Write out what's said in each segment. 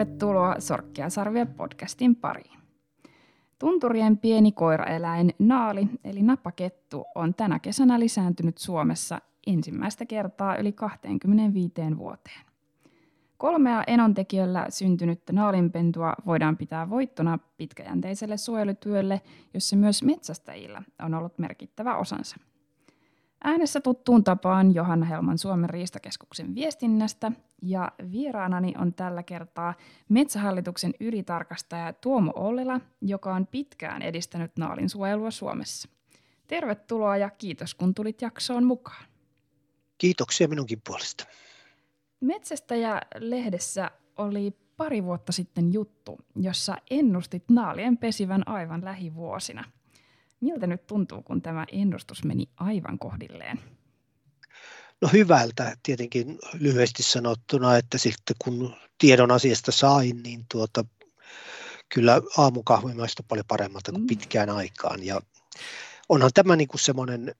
Tervetuloa Sorkkia sarvia podcastin pariin. Tunturien pieni koiraeläin naali eli napakettu on tänä kesänä lisääntynyt Suomessa ensimmäistä kertaa yli 25 vuoteen. 3 enontekiöllä syntynyttä naalinpentua voidaan pitää voittona pitkäjänteiselle suojelutyölle, jossa myös metsästäjillä on ollut merkittävä osansa. Äänessä tuttuun tapaan Johanna Helman Suomen riistakeskuksen viestinnästä ja vieraanani on tällä kertaa Metsähallituksen ylitarkastaja Tuomo Ollila, joka on pitkään edistänyt naalin suojelua Suomessa. Tervetuloa ja kiitos kun tulit jaksoon mukaan. Kiitoksia minunkin puolesta. Metsästäjä-lehdessä oli pari vuotta sitten juttu, jossa ennustit naalien pesivän aivan lähivuosina. Miltä nyt tuntuu, kun tämä ennustus meni aivan kohdilleen? No hyvältä tietenkin lyhyesti sanottuna, että sitten kun tiedon asiasta sain, niin kyllä aamukahvi maistui paljon paremmalta kuin pitkään aikaan. Ja onhan tämä niin kuin semmoinen,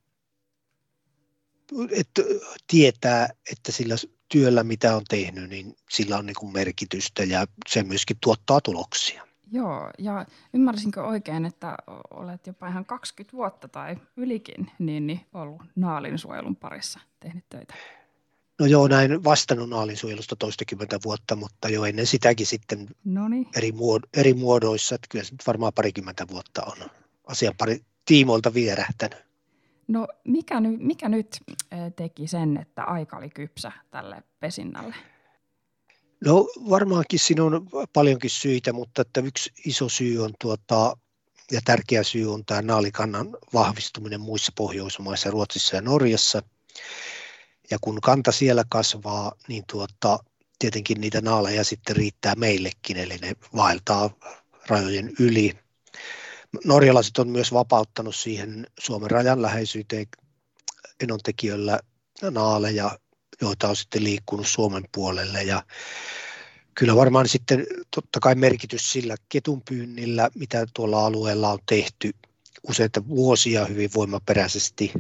että tietää, että sillä työllä mitä on tehnyt, niin sillä on niin kuin merkitystä ja se myöskin tuottaa tuloksia. Joo, ja ymmärsinkö oikein, että olet jopa ihan 20 vuotta tai ylikin niin ollut naalinsuojelun parissa tehnyt töitä? No joo, näin vastannut naalinsuojelusta toistakymmentä vuotta, mutta jo ennen sitäkin sitten eri muodoissa, että kyllä se nyt varmaan parikymmentä vuotta on asian pari tiimoilta vierähtänyt. No mikä nyt teki sen, että aika oli kypsä tälle pesinnälle? No varmaankin siinä on paljonkin syitä, mutta että yksi iso syy on ja tärkeä syy on tämä naalikannan vahvistuminen muissa Pohjoismaissa, Ruotsissa ja Norjassa. Ja kun kanta siellä kasvaa, niin tietenkin niitä naaleja sitten riittää meillekin, eli ne vaeltaa rajojen yli. Norjalaiset on myös vapauttanut siihen Suomen rajan läheisyyteen enontekijöllä naaleja, joita on sitten liikkunut Suomen puolelle. Ja kyllä varmaan sitten totta kai merkitys sillä ketunpyynnillä, mitä tuolla alueella on tehty useita vuosia hyvin voimaperäisesti.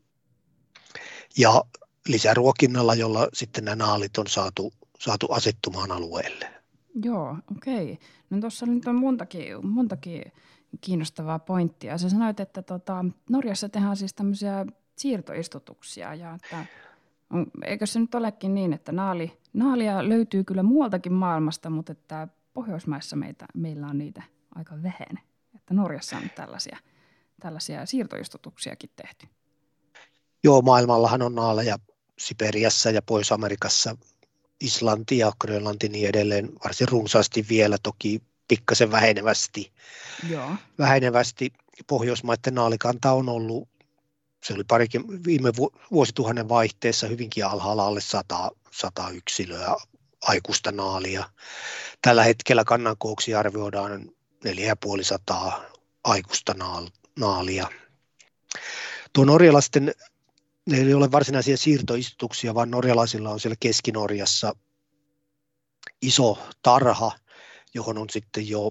Ja lisäruokinnalla, jolla sitten nämä naalit on saatu asettumaan alueelle. Joo, okei. No tuossa nyt on montakin kiinnostavaa pointtia. Sä sanoit, että Norjassa tehdään siis tämmöisiä siirtoistutuksia ja että eikö se nyt olekin niin, että naalia löytyy kyllä muualtakin maailmasta, mutta että Pohjoismaissa meillä on niitä aika vähän. Että Norjassa on tällaisia siirtoistutuksiakin tehty. Joo, maailmallahan on naaleja Siperiassa ja Pohjois-Amerikassa, Islanti ja Grönlanti niin edelleen varsin runsaasti vielä, toki pikkasen vähenevästi. Joo. Vähenevästi Pohjoismaiden naalikanta on ollut, se oli viime vuosituhannen vaihteessa hyvinkin alhaalla alle 100 yksilöä aikuista naalia. Tällä hetkellä kannan kooksi arvioidaan 450 aikuista naalia. Tuo norjalaisten, ne ei ole varsinaisia siirtoistutuksia, vaan norjalaisilla on siellä Keski-Norjassa iso tarha, johon on sitten jo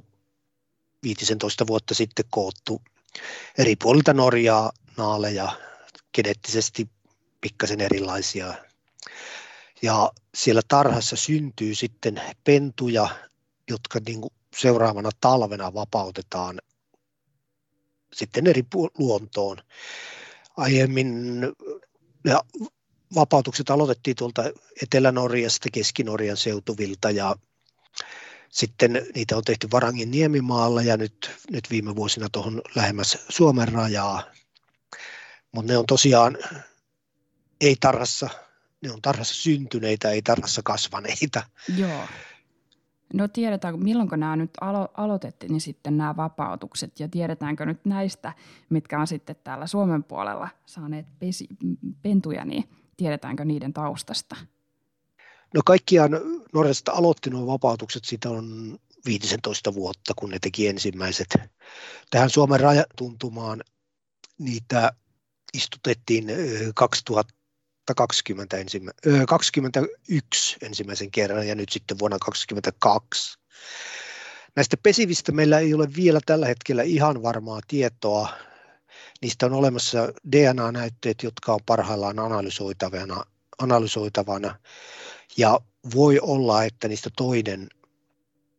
15 vuotta sitten koottu eri puolilta Norjaa naaleja, geneettisesti pikkasen erilaisia. Ja siellä tarhassa syntyy sitten pentuja, jotka niin kuin seuraavana talvena vapautetaan sitten eri luontoon. Aiemmin ja vapautukset aloitettiin tuolta Etelä-Norjasta, Keski-Norjan seutuvilta ja sitten niitä on tehty Varangin niemimaalla ja nyt viime vuosina tuohon lähemmäs Suomen rajaa. Mutta ne on tosiaan ei tarhassa, ne on tarhassa syntyneitä, ei tarhassa kasvaneita. Joo. No tiedetäänkö, milloin nämä nyt aloitettiin niin sitten nämä vapautukset ja tiedetäänkö nyt näistä, mitkä on sitten täällä Suomen puolella saaneet pentuja, niin tiedetäänkö niiden taustasta? No kaikkiaan Norjasta aloitti nuo vapautukset, siitä on 15 vuotta, kun ne teki ensimmäiset. Tähän Suomen rajatuntumaan niitä istutettiin 2021 ensimmäisen kerran ja nyt sitten vuonna 2022. Näistä pesivistä meillä ei ole vielä tällä hetkellä ihan varmaa tietoa. Niistä on olemassa DNA-näytteet, jotka on parhaillaan analysoitavana. Ja voi olla, että niistä toinen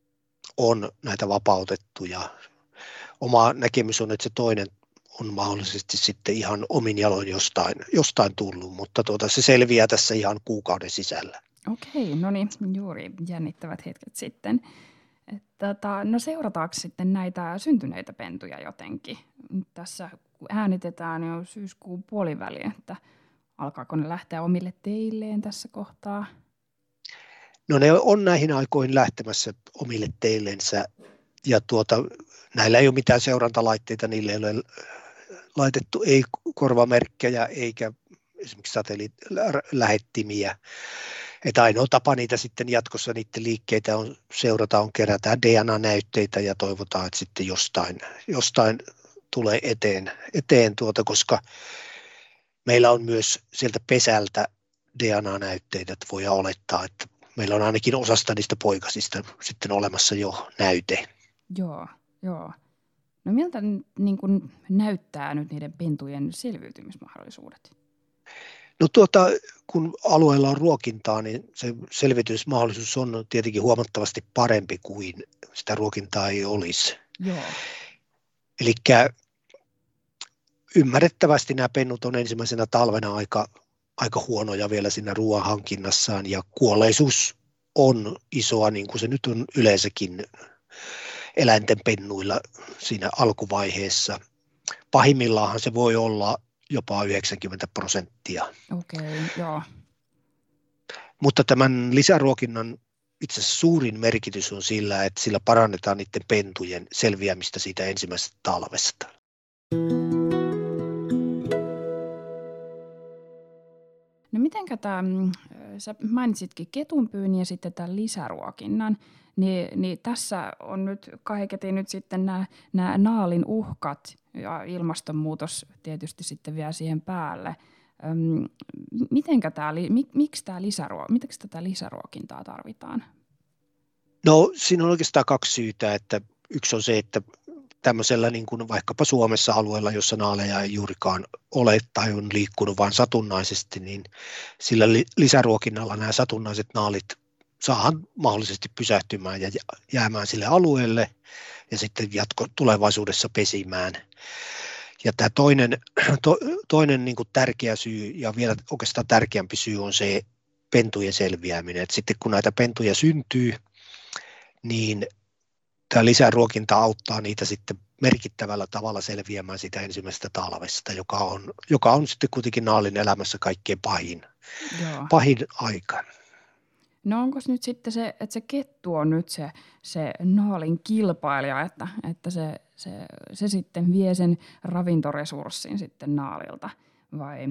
on näitä vapautettuja. Oma näkemys on, että se toinen on mahdollisesti sitten ihan omin jaloin jostain tullut, mutta se selviää tässä ihan kuukauden sisällä. Okei, no niin, juuri jännittävät hetket sitten. No seurataanko sitten näitä syntyneitä pentuja jotenkin? Tässä kun äänitetään jo syyskuun puoliväliin, että alkaako ne lähteä omille teilleen tässä kohtaa? No ne on näihin aikoihin lähtemässä omille teillensä ja näillä ei ole mitään seurantalaitteita, niille ei ole laitettu ei korvamerkkejä eikä esimerkiksi satelliittilähettimiä. Että ainoa tapa niitä sitten jatkossa niiden liikkeitä on kerätään DNA-näytteitä ja toivotaan, että sitten jostain tulee eteen koska meillä on myös sieltä pesältä DNA-näytteitä, että voidaan olettaa, että meillä on ainakin osasta niistä poikasista sitten olemassa jo näyte. Joo. No miltä niin kun näyttää nyt niiden pentujen selviytymismahdollisuudet? No kun alueella on ruokintaa, niin se selviytymismahdollisuus on tietenkin huomattavasti parempi kuin sitä ruokintaa ei olisi. Joo. Eli ymmärrettävästi nämä pennut on ensimmäisenä talvena aika huonoja vielä siinä ruoan hankinnassaan ja kuolleisuus on isoa, niin kuin se nyt on yleensäkin eläinten pennuilla siinä alkuvaiheessa. Pahimmillaan se voi olla jopa 90%. Okei, joo. Mutta tämän lisäruokinnan itse asiassa suurin merkitys on sillä, että sillä parannetaan niiden pentujen selviämistä siitä ensimmäisestä talvesta. No mitenkä sä mainitsitkin ketunpyynnin ja sitten tämän lisäruokinnan, niin tässä on nyt kaiketi nyt sitten nämä naalin uhkat ja ilmastonmuutos tietysti sitten vielä siihen päälle. Miksi tätä lisäruokintaa tarvitaan? No siinä on oikeastaan kaksi syytä, että yksi on se, että tämmöisellä niin kuin vaikkapa Suomessa alueella, jossa naaleja ei juurikaan ole tai on liikkunut vain satunnaisesti, niin sillä lisäruokinnalla nämä satunnaiset naalit saadaan mahdollisesti pysähtymään ja jäämään sille alueelle ja sitten tulevaisuudessa pesimään. Ja tämä toinen niin kuin tärkeä syy ja vielä oikeastaan tärkeämpi syy on se pentujen selviäminen. Että sitten kun näitä pentuja syntyy, niin tämä lisäruokinta auttaa niitä sitten merkittävällä tavalla selviämään sitä ensimmäisestä talvesta, joka on sitten kuitenkin naalin elämässä kaikkein pahin aika. No onko nyt sitten se, että se kettu on nyt se naalin kilpailija, että se sitten vie sen ravintoresurssin sitten naalilta, vai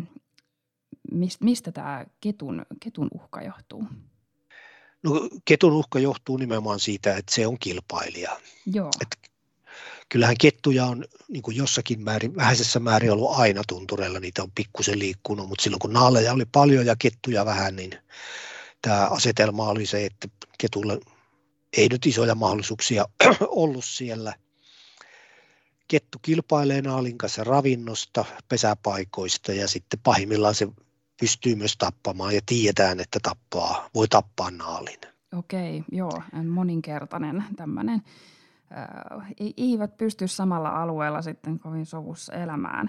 mistä tämä ketun uhka johtuu? No, ketun uhka johtuu nimenomaan siitä, että se on kilpailija. Joo. Kyllähän kettuja on niin kuin jossakin vähäisessä määrin ollut aina tuntureilla, niitä on pikkusen liikkunut, mutta silloin kun naaleja oli paljon ja kettuja vähän, niin tämä asetelma oli se, että ketulle ei nyt isoja mahdollisuuksia ollut siellä. Kettu kilpailee naalin kanssa ravinnosta, pesäpaikoista ja sitten pahimmillaan se pystyy myös tappamaan ja tiedetään, että voi tappaa naalin. Okei, joo, moninkertainen tämmöinen. Eivät pysty samalla alueella sitten kovin sovussa elämään.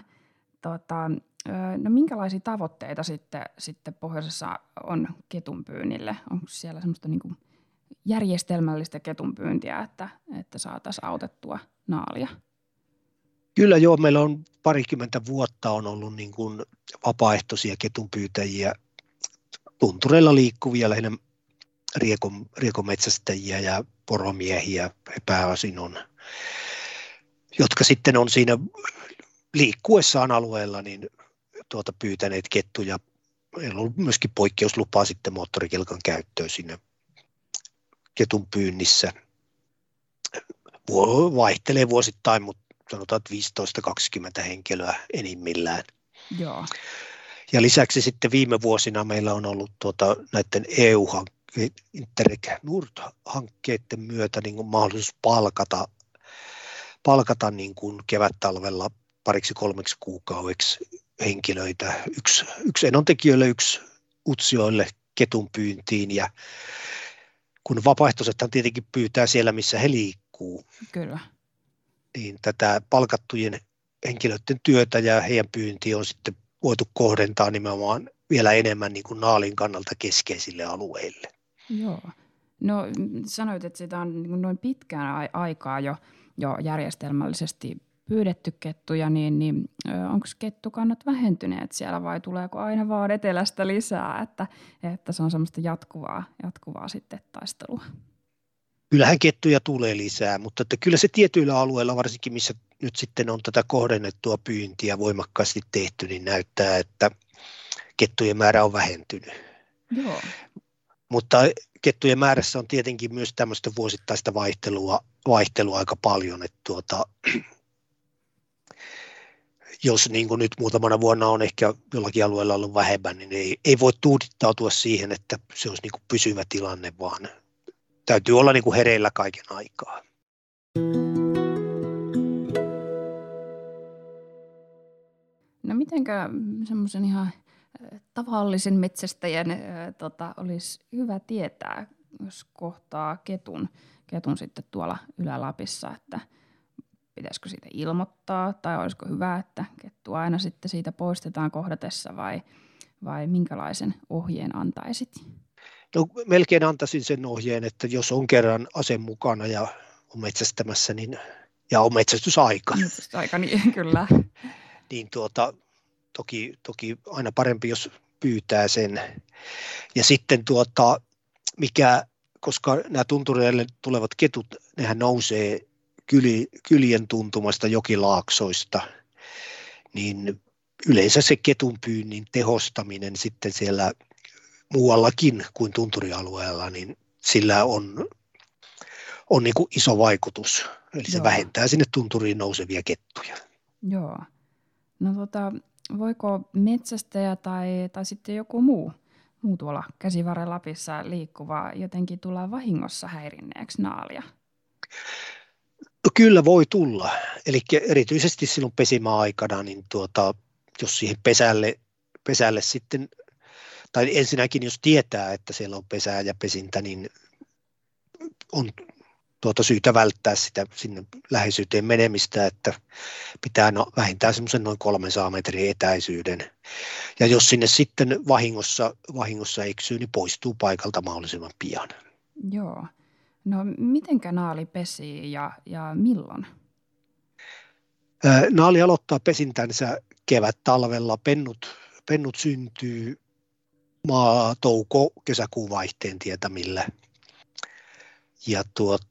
No minkälaisia tavoitteita sitten pohjoisessa on ketunpyynnille? Onko siellä semmoista niin kuin järjestelmällistä ketunpyyntiä, että saataisiin autettua naalia? Kyllä joo, meillä on parikymmentä vuotta on ollut niin kuin vapaaehtoisia ketunpyytäjiä, tuntureilla liikkuvia, lähinnä riekometsästäjiä ja poromiehiä pääosin on, jotka sitten on siinä liikkuessaan alueella niin pyytäneet kettuja. Meillä on ollut myöskin poikkeuslupaa sitten moottorikelkan käyttöön siinä ketun pyynnissä. Vaihtelee vuosittain, mutta sanotaan 15-20 henkilöä enimmillään. Joo. Ja lisäksi sitten viime vuosina meillä on ollut näiden Interreg Nord-hankkeiden myötä niin kuin mahdollisuus palkata niin kuin kevättalvella 2-3 kuukaudeksi henkilöitä, yksi enontekijöille, yksi Utsjoelle ketun pyyntiin. Ja kun vapaaehtoisethan tietenkin pyytää siellä, missä he liikkuu, Kyllä. niin tätä palkattujen henkilöiden työtä ja heidän pyyntiä on sitten voitu kohdentaa nimenomaan vielä enemmän niin kuin naalin kannalta keskeisille alueille. Joo. No sanoit, että sitä on niin noin pitkään aikaa jo järjestelmällisesti pyydetty kettuja, niin onko kettukannat vähentyneet siellä vai tuleeko aina vaan etelästä lisää, että se on semmoista jatkuvaa sitten taistelua? Kyllähän kettuja tulee lisää, mutta että kyllä se tietyillä alueilla, varsinkin missä nyt sitten on tätä kohdennettua pyyntiä voimakkaasti tehty, niin näyttää, että kettujen määrä on vähentynyt. Joo. Mutta kettujen määrässä on tietenkin myös tämmöistä vuosittaista vaihtelua aika paljon, että jos niin kuin nyt muutamana vuonna on ehkä jollakin alueella ollut vähemmän, niin ei voi tuudittautua siihen, että se olisi niin kuin pysyvä tilanne, vaan täytyy olla niin kuin hereillä kaiken aikaa. No mitenkä semmoisen ihan tavallisen metsästäjän olisi hyvä tietää, jos kohtaa ketun sitten tuolla Ylä-Lapissa, että pitäisikö siitä ilmoittaa tai olisiko hyvä, että kettu aina sitten siitä poistetaan kohdatessa vai minkälaisen ohjeen antaisit? No, melkein antaisin sen ohjeen, että jos on kerran ase mukana ja on metsästämässä ja on metsästysaika. Metsästysaika, niin kyllä. Niin toki aina parempi, jos pyytää sen. Ja sitten koska nämä tuntureille tulevat ketut, nehän nousee kylien tuntumasta jokilaaksoista, niin yleensä se ketun pyynnin tehostaminen sitten siellä muuallakin kuin tunturialueella, niin sillä on niin kuin iso vaikutus. Eli se vähentää sinne tunturiin nousevia kettuja. Joo. No voiko metsästäjä tai sitten joku muu tuolla Käsivarren Lapissa liikkuva jotenkin tulla vahingossa häirinneeksi naalia? No, kyllä voi tulla. Eli erityisesti silloin pesimäaikana, niin jos siihen pesälle sitten, tai ensinnäkin jos tietää, että siellä on pesää ja pesintä, niin on syytä välttää sitä sinne läheisyyteen menemistä, että pitää vähintään semmoisen noin 300 metrin etäisyyden. Ja jos sinne sitten vahingossa eksyy, niin poistuu paikalta mahdollisimman pian. Joo. No mitenkä naali pesii ja milloin? Naali aloittaa pesintänsä kevät-talvella. Pennut syntyy touko-kesäkuun vaihteen tietämillä. Ja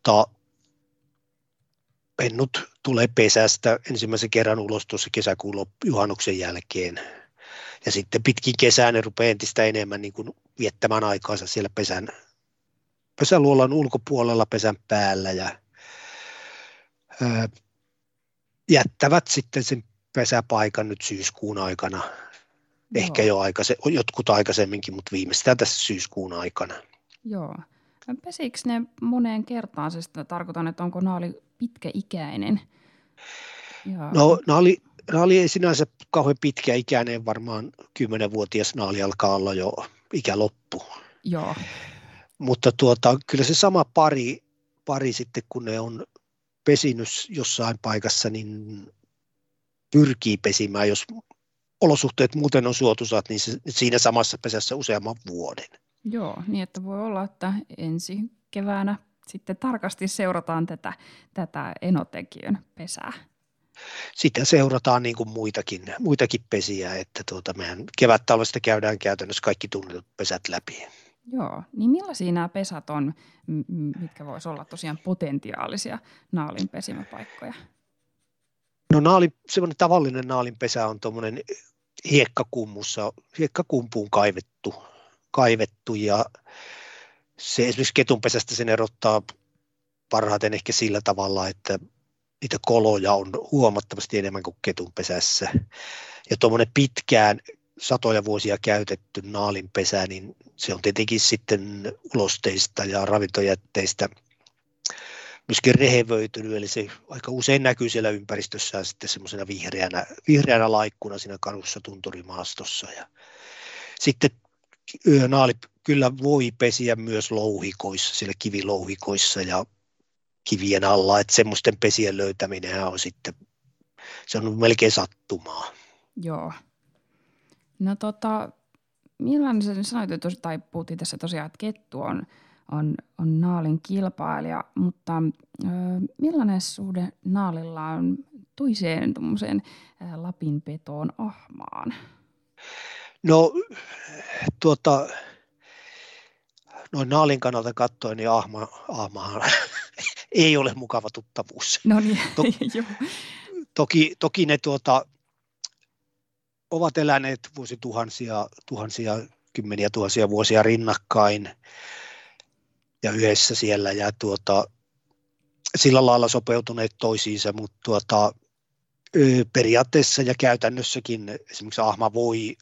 pennut tulee pesästä ensimmäisen kerran ulos tuossa kesäkuun juhannuksen jälkeen. Ja sitten pitkin kesää ne rupeaa entistä enemmän niin kuin viettämään aikaansa siellä pesäluolan ulkopuolella pesän päällä ja jättävät sitten sen pesäpaikan nyt syyskuun aikana. Joo. Ehkä jotkut aikaisemminkin, mutta viimeistään tässä syyskuun aikana. Joo. Pesikö ne moneen kertaan? Siis tarkoitan, että onko naali pitkäikäinen? No naali ei sinänsä kauhean pitkäikäinen, varmaan 10-vuotias naali alkaa olla jo ikäloppu. Joo. Mutta kyllä se sama pari sitten, kun ne on pesinyt jossain paikassa, niin pyrkii pesimään, jos olosuhteet muuten on suotuisat, niin siinä samassa pesässä useamman vuoden. Joo, niin että voi olla, että ensi keväänä sitten tarkasti seurataan tätä enotekijön pesää. Sitä seurataan niin kuin muitakin pesiä, että mehän kevät-talvesta käydään käytännössä kaikki tunnetut pesät läpi. Joo, niin millaisia nämä pesät on, mitkä voisi olla tosiaan potentiaalisia naalin pesimäpaikkoja? No semmoinen tavallinen naalinpesä on tuommoinen hiekkakumpuun kaivettu ja se esimerkiksi ketunpesästä sen erottaa parhaiten ehkä sillä tavalla, että niitä koloja on huomattavasti enemmän kuin ketunpesässä. Ja tuommoinen pitkään satoja vuosia käytetty naalinpesä, niin se on tietenkin sitten ulosteista ja ravintojätteistä myöskin rehevöitynyt, eli se aika usein näkyy siellä ympäristössä sitten semmoisena vihreänä laikkuna siinä karussa tunturimaastossa. Ja sitten kyllä voi pesiä myös louhikoissa, siellä kivilouhikoissa ja kivien alla, että semmoisten pesien löytäminen on sitten, se on melkein sattumaa. Joo. No millainen sä sanoit, tai puhuttiin tässä tosiaan, että kettu on naalin kilpailija, mutta millainen suhde naalilla on toiseen tuommoiseen Lapinpetoon, ahmaan? No noin naalin kannalta katsoen, niin ahmahan ei ole mukava tuttavuus. No niin, joo. Toki ne ovat eläneet vuosituhansia, kymmeniä tuhansia vuosia rinnakkain ja yhdessä siellä ja sillä lailla sopeutuneet toisiinsa, mutta periaatteessa ja käytännössäkin esimerkiksi ahma voi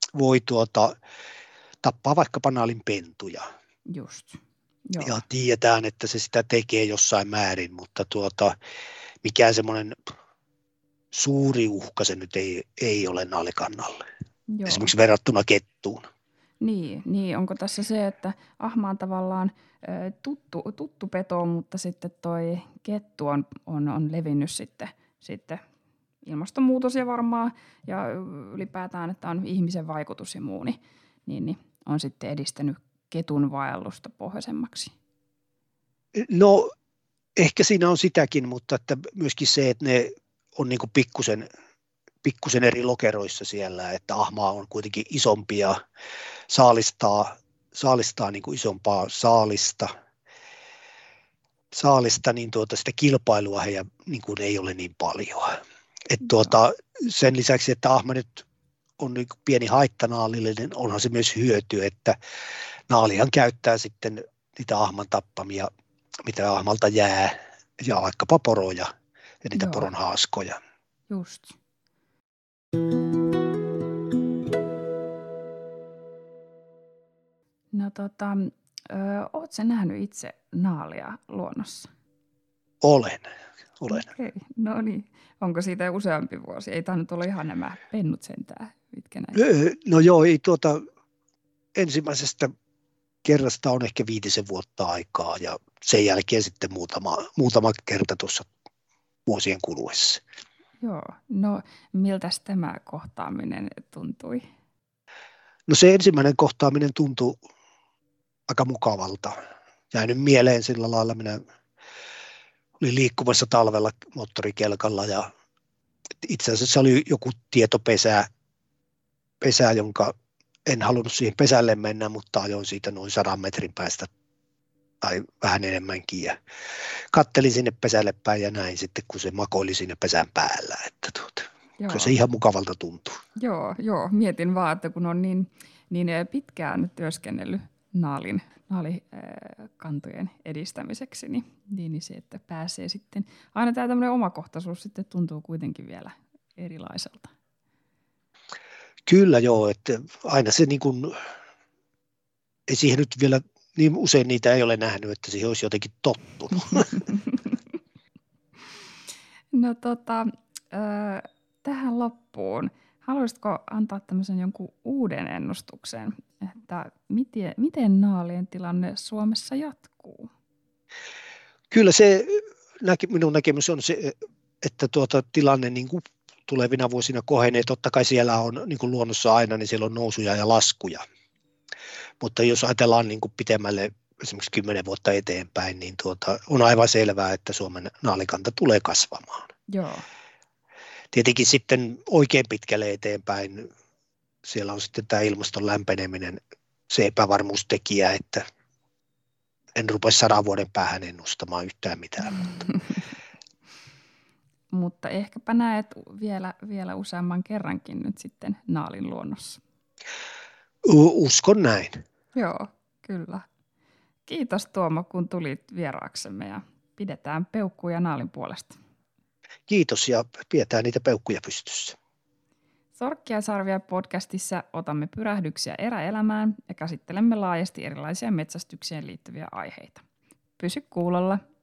tappaa vaikkapa naalin pentuja. Just. Joo. Ja tiedetään, että se sitä tekee jossain määrin, mutta mikään semmoinen suuri uhka se nyt ei ole naalikannalle. Joo. Esimerkiksi verrattuna kettuun. Niin, onko tässä se, että ahma on tavallaan tuttu peto, mutta sitten toi kettu on levinnyt sitten ilmastonmuutos ja varmaan ja ylipäätään, että on ihmisen vaikutus ja muu, niin on sitten edistänyt ketun vaellusta pohjoisemmaksi. No ehkä siinä on sitäkin, mutta että myöskin se, että ne on niin kuin pikkusen eri lokeroissa siellä, että ahma on kuitenkin isompi ja saalistaa niin kuin isompaa saalista niin sitä kilpailua heidän niin kuin ei ole niin paljon. Sen lisäksi, että ahma nyt on niin kuin pieni haittanaalille, niin onhan se myös hyöty, että naalihan käyttää sitten niitä ahman tappamia, mitä ahmalta jää, ja vaikkapa poroja ja niitä poron haaskoja. Just. No ootko sä nähnyt itse naalia luonnossa? Olen. Okei, no niin. Onko siitä useampi vuosi? Ei tainnut olla ihan nämä pennut sentään, mitkä näin. No joo, ei ensimmäisestä kerrasta on ehkä 5 vuotta aikaa ja sen jälkeen sitten muutama kerta tuossa vuosien kuluessa. Joo, no miltäs tämä kohtaaminen tuntui? No se ensimmäinen kohtaaminen tuntui aika mukavalta. Jäänyt mieleen sillä lailla, minä olin liikkumassa talvella moottorikelkalla ja itse asiassa oli joku tietopesä, jonka en halunnut siihen pesälle mennä, mutta ajoin siitä noin 100 metrin päästä tai vähän enemmänkin ja kattelin sinne pesälle päin ja näin sitten, kun se makoili siinä pesän päällä, että kyllä se ihan mukavalta tuntuu. Joo, mietin vaan, että kun on niin pitkään työskennellyt naalikantojen edistämiseksi, niin se, että pääsee sitten, aina tämä tämmöinen omakohtaisuus sitten tuntuu kuitenkin vielä erilaiselta. Kyllä joo, että aina se niin kuin, ei siihen nyt vielä niin usein niitä ei ole nähnyt, että siihen olisi jotenkin tottunut. No tähän loppuun, haluaisitko antaa tämmöisen jonkun uuden ennustuksen, että miten naalien tilanne Suomessa jatkuu? Kyllä se minun näkemys on se, että tilanne niin kuin tulevina vuosina kohenee. Totta kai siellä on niin kuin luonnossa aina, niin siellä on nousuja ja laskuja. Mutta jos ajatellaan niin kuin pitemmälle esimerkiksi 10 vuotta eteenpäin, niin on aivan selvää, että Suomen naalikanta tulee kasvamaan. Joo. Tietenkin sitten oikein pitkälle eteenpäin siellä on sitten tämä ilmaston lämpeneminen, se epävarmuustekijä, että en rupea 100 vuoden päähän ennustamaan yhtään mitään. Mutta ehkäpä näet vielä useamman kerrankin nyt sitten naalin luonnossa. Uskon näin. Joo, kyllä. Kiitos Tuomo, kun tulit vieraaksemme ja pidetään peukkuja naalin puolesta. Kiitos ja pidetään niitä peukkuja pystyssä. Sorkkia sarvia podcastissa otamme pyrähdyksiä eräelämään ja käsittelemme laajasti erilaisia metsästykseen liittyviä aiheita. Pysy kuulolla.